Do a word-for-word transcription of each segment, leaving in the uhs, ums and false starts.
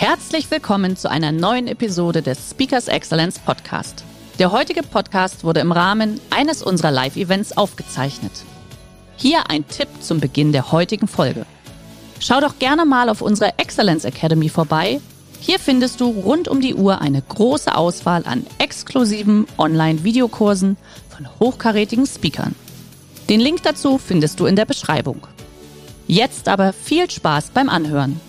Herzlich willkommen zu einer neuen Episode des Speakers Excellence Podcast. Der heutige Podcast wurde im Rahmen eines unserer Live-Events aufgezeichnet. Hier ein Tipp zum Beginn der heutigen Folge. Schau doch gerne mal auf unserer Excellence Academy vorbei. Hier findest du rund um die Uhr eine große Auswahl an exklusiven Online-Videokursen von hochkarätigen Speakern. Den Link dazu findest du in der Beschreibung. Jetzt aber viel Spaß beim Anhören.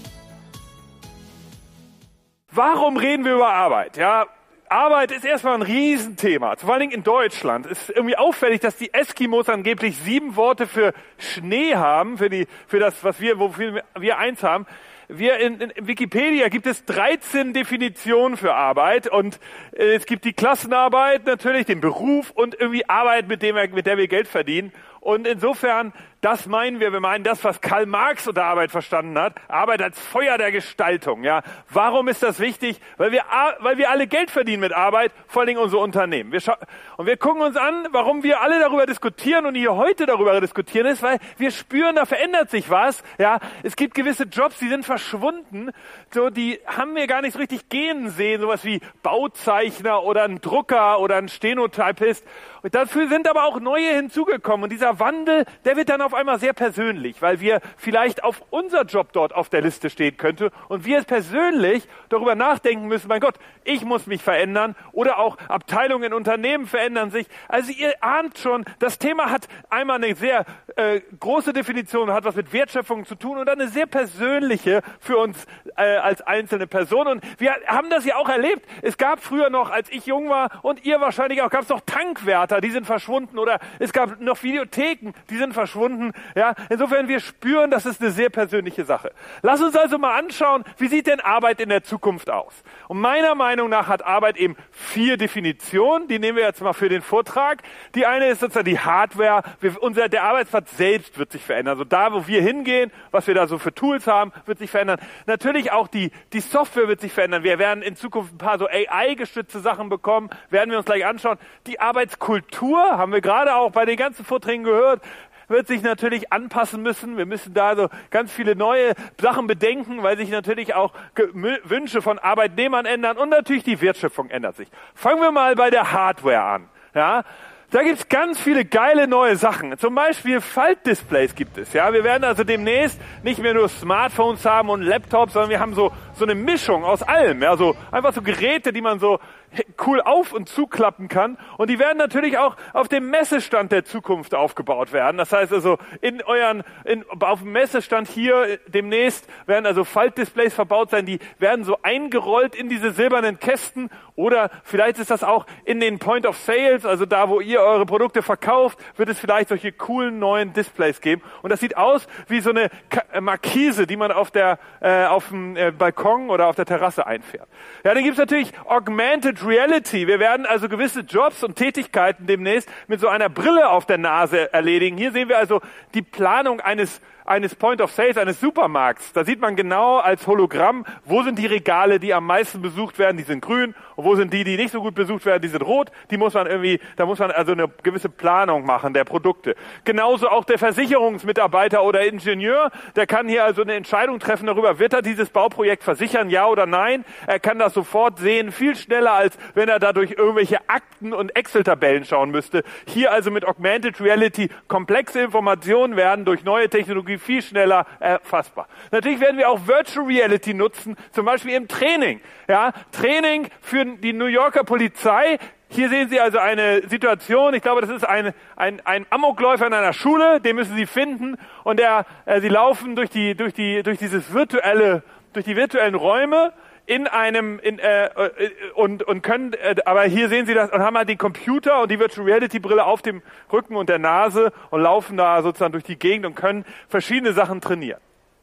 Warum reden wir über Arbeit? Ja, Arbeit ist erstmal ein Riesenthema, vor allen Dingen in Deutschland. Es ist irgendwie auffällig, dass die Eskimos angeblich sieben Worte für Schnee haben, für die, für das, was wir, wofür wir eins haben. Wir in, in Wikipedia gibt es dreizehn Definitionen für Arbeit und äh, es gibt die Klassenarbeit natürlich, den Beruf und irgendwie Arbeit, mit dem wir, mit der wir Geld verdienen. Und insofern, das meinen wir, wir meinen das, was Karl Marx unter Arbeit verstanden hat. Arbeit als Feuer der Gestaltung, ja. Warum ist das wichtig? Weil wir, weil wir alle Geld verdienen mit Arbeit, vor allen Dingen unsere Unternehmen. Wir scha- und wir gucken uns an, warum wir alle darüber diskutieren und hier heute darüber diskutieren ist, weil wir spüren, da verändert sich was, ja. Es gibt gewisse Jobs, die sind verschwunden, so, die haben wir gar nicht so richtig gehen sehen, sowas wie Bauzeichner oder ein Drucker oder ein Stenotypist. Und dafür sind aber auch neue hinzugekommen. Und dieser Wandel, der wird dann auf einmal sehr persönlich, weil wir vielleicht auf unser Job dort auf der Liste stehen könnte und wir persönlich darüber nachdenken müssen, mein Gott, ich muss mich verändern oder auch Abteilungen in Unternehmen verändern sich. Also ihr ahnt schon, das Thema hat einmal eine sehr äh, große Definition, hat was mit Wertschöpfung zu tun und dann eine sehr persönliche für uns äh, als einzelne Person. Und wir haben das ja auch erlebt. Es gab früher noch, als ich jung war und ihr wahrscheinlich auch, gab es noch Tankwärter, die sind verschwunden oder es gab noch Videotheken, die sind verschwunden. Ja, insofern wir spüren, das ist eine sehr persönliche Sache. Lass uns also mal anschauen, wie sieht denn Arbeit in der Zukunft aus? Und meiner Meinung nach hat Arbeit eben vier Definitionen, die nehmen wir jetzt mal für den Vortrag. Die eine ist sozusagen die Hardware, wir, unser, der Arbeitsplatz selbst wird sich verändern. Also da, wo wir hingehen, was wir da so für Tools haben, wird sich verändern. Natürlich auch die, die Software wird sich verändern. Wir werden in Zukunft ein paar so A I-gestützte Sachen bekommen, werden wir uns gleich anschauen. Die Arbeitskultur Kultur, haben wir gerade auch bei den ganzen Vorträgen gehört, wird sich natürlich anpassen müssen. Wir müssen da so ganz viele neue Sachen bedenken, weil sich natürlich auch Ge- Wünsche von Arbeitnehmern ändern und natürlich die Wertschöpfung ändert sich. Fangen wir mal bei der Hardware an. Ja, da gibt's ganz viele geile neue Sachen. Zum Beispiel Faltdisplays gibt es. Ja, wir werden also demnächst nicht mehr nur Smartphones haben und Laptops, sondern wir haben so so eine Mischung aus allem. Ja, so einfach so Geräte, die man so cool auf- und zuklappen kann. Und die werden natürlich auch auf dem Messestand der Zukunft aufgebaut werden. Das heißt also, in euren, in, auf dem Messestand hier demnächst werden also Faltdisplays verbaut sein. Die werden so eingerollt in diese silbernen Kästen. Oder vielleicht ist das auch in den Point of Sales, also da, wo ihr eure Produkte verkauft, wird es vielleicht solche coolen neuen Displays geben. Und das sieht aus wie so eine Markise, die man auf der, äh, auf dem äh, Balkon oder auf der Terrasse einfährt. Ja, dann gibt's natürlich Augmented Reality. Wir werden also gewisse Jobs und Tätigkeiten demnächst mit so einer Brille auf der Nase erledigen. Hier sehen wir also die Planung eines eines Point of Sales, eines Supermarkts. Da sieht man genau als Hologramm, wo sind die Regale, die am meisten besucht werden, die sind grün, und wo sind die, die nicht so gut besucht werden, die sind rot. Die muss man irgendwie, da muss man also eine gewisse Planung machen der Produkte. Genauso auch der Versicherungsmitarbeiter oder Ingenieur, der kann hier also eine Entscheidung treffen darüber, wird er dieses Bauprojekt versichern, ja oder nein. Er kann das sofort sehen, viel schneller, als wenn er da durch irgendwelche Akten und Excel-Tabellen schauen müsste. Hier also mit Augmented Reality komplexe Informationen werden durch neue Technologie viel schneller erfassbar. Natürlich werden wir auch Virtual Reality nutzen, zum Beispiel im Training. Ja, Training für die New Yorker Polizei. Hier sehen Sie also eine Situation, ich glaube, das ist ein, ein, ein Amokläufer in einer Schule, den müssen Sie finden und der, äh, Sie laufen durch die, durch die, durch dieses virtuelle, durch die virtuellen Räume in einem in, äh, und und können äh, aber hier sehen Sie das und haben halt den Computer und die Virtual Reality Brille auf dem Rücken und der Nase und laufen da sozusagen durch die Gegend und können verschiedene Sachen trainieren.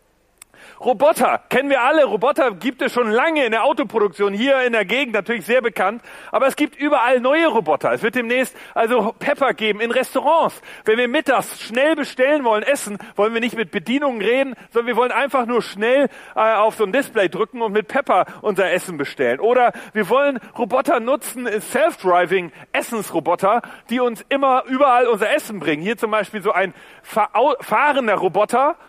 Roboter, kennen wir alle. Roboter gibt es schon lange in der Autoproduktion, hier in der Gegend natürlich sehr bekannt. Aber es gibt überall neue Roboter. Es wird demnächst also Pepper geben in Restaurants. Wenn wir mittags schnell bestellen wollen, essen, wollen wir nicht mit Bedienungen reden, sondern wir wollen einfach nur schnell äh, auf so ein Display drücken und mit Pepper unser Essen bestellen. Oder wir wollen Roboter nutzen, Self-Driving Essensroboter, die uns immer überall unser Essen bringen. Hier zum Beispiel so ein fahrender Roboter,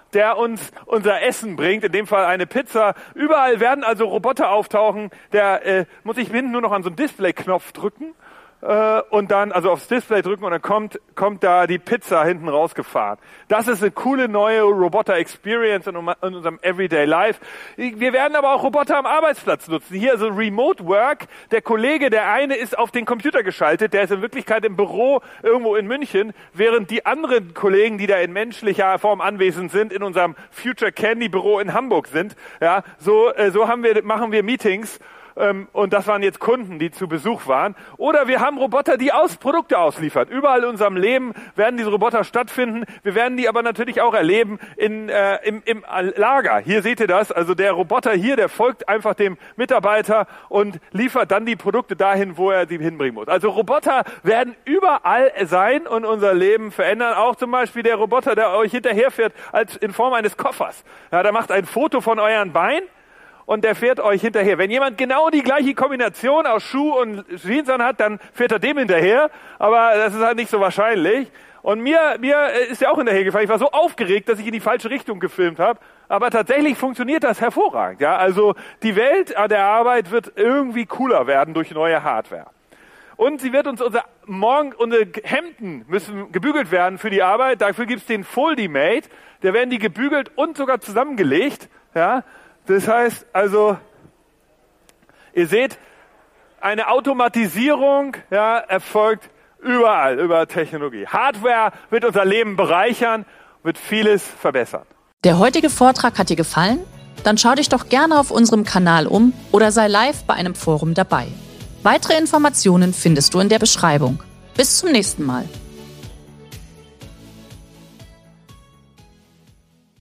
der uns unser Essen bringt, in dem Fall eine Pizza. Überall werden also Roboter auftauchen, der äh, muss ich hinten nur noch an so einen Display-Knopf drücken äh, und dann, also aufs Display drücken und dann kommt, kommt da die Pizza hinten rausgefahren. Das ist eine coole neue Roboter-Experience in, in unserem Everyday Life. Wir werden aber auch Roboter am Arbeitsplatz nutzen. Hier also Remote Work. Der Kollege, der eine ist auf den Computer geschaltet, der ist in Wirklichkeit im Büro irgendwo in München, während die anderen Kollegen, die da in menschlicher Form anwesend sind, in unserem Future Candy Büro in Hamburg sind. Ja, so, äh, so haben wir, machen wir Meetings. Und das waren jetzt Kunden, die zu Besuch waren. Oder wir haben Roboter, die aus Produkte ausliefern. Überall in unserem Leben werden diese Roboter stattfinden. Wir werden die aber natürlich auch erleben in, äh, im, im Lager. Hier seht ihr das. Also der Roboter hier, der folgt einfach dem Mitarbeiter und liefert dann die Produkte dahin, wo er sie hinbringen muss. Also Roboter werden überall sein und unser Leben verändern. Auch zum Beispiel der Roboter, der euch hinterherfährt als in Form eines Koffers. Ja, der macht ein Foto von euren Beinen. Und der fährt euch hinterher. Wenn jemand genau die gleiche Kombination aus Schuh und Jeans an hat, dann fährt er dem hinterher. Aber das ist halt nicht so wahrscheinlich. Und mir, mir ist er auch hinterher gefahren. Ich war so aufgeregt, dass ich in die falsche Richtung gefilmt habe. Aber tatsächlich funktioniert das hervorragend. Ja, also die Welt der Arbeit wird irgendwie cooler werden durch neue Hardware. Und sie wird uns unser morgen unsere Hemden müssen gebügelt werden für die Arbeit. Dafür gibt's den Foldy-Mate. Da werden die gebügelt und sogar zusammengelegt. Ja. Das heißt also, ihr seht, eine Automatisierung ja, erfolgt überall über Technologie. Hardware wird unser Leben bereichern, wird vieles verbessern. Der heutige Vortrag hat dir gefallen? Dann schau dich doch gerne auf unserem Kanal um oder sei live bei einem Forum dabei. Weitere Informationen findest du in der Beschreibung. Bis zum nächsten Mal.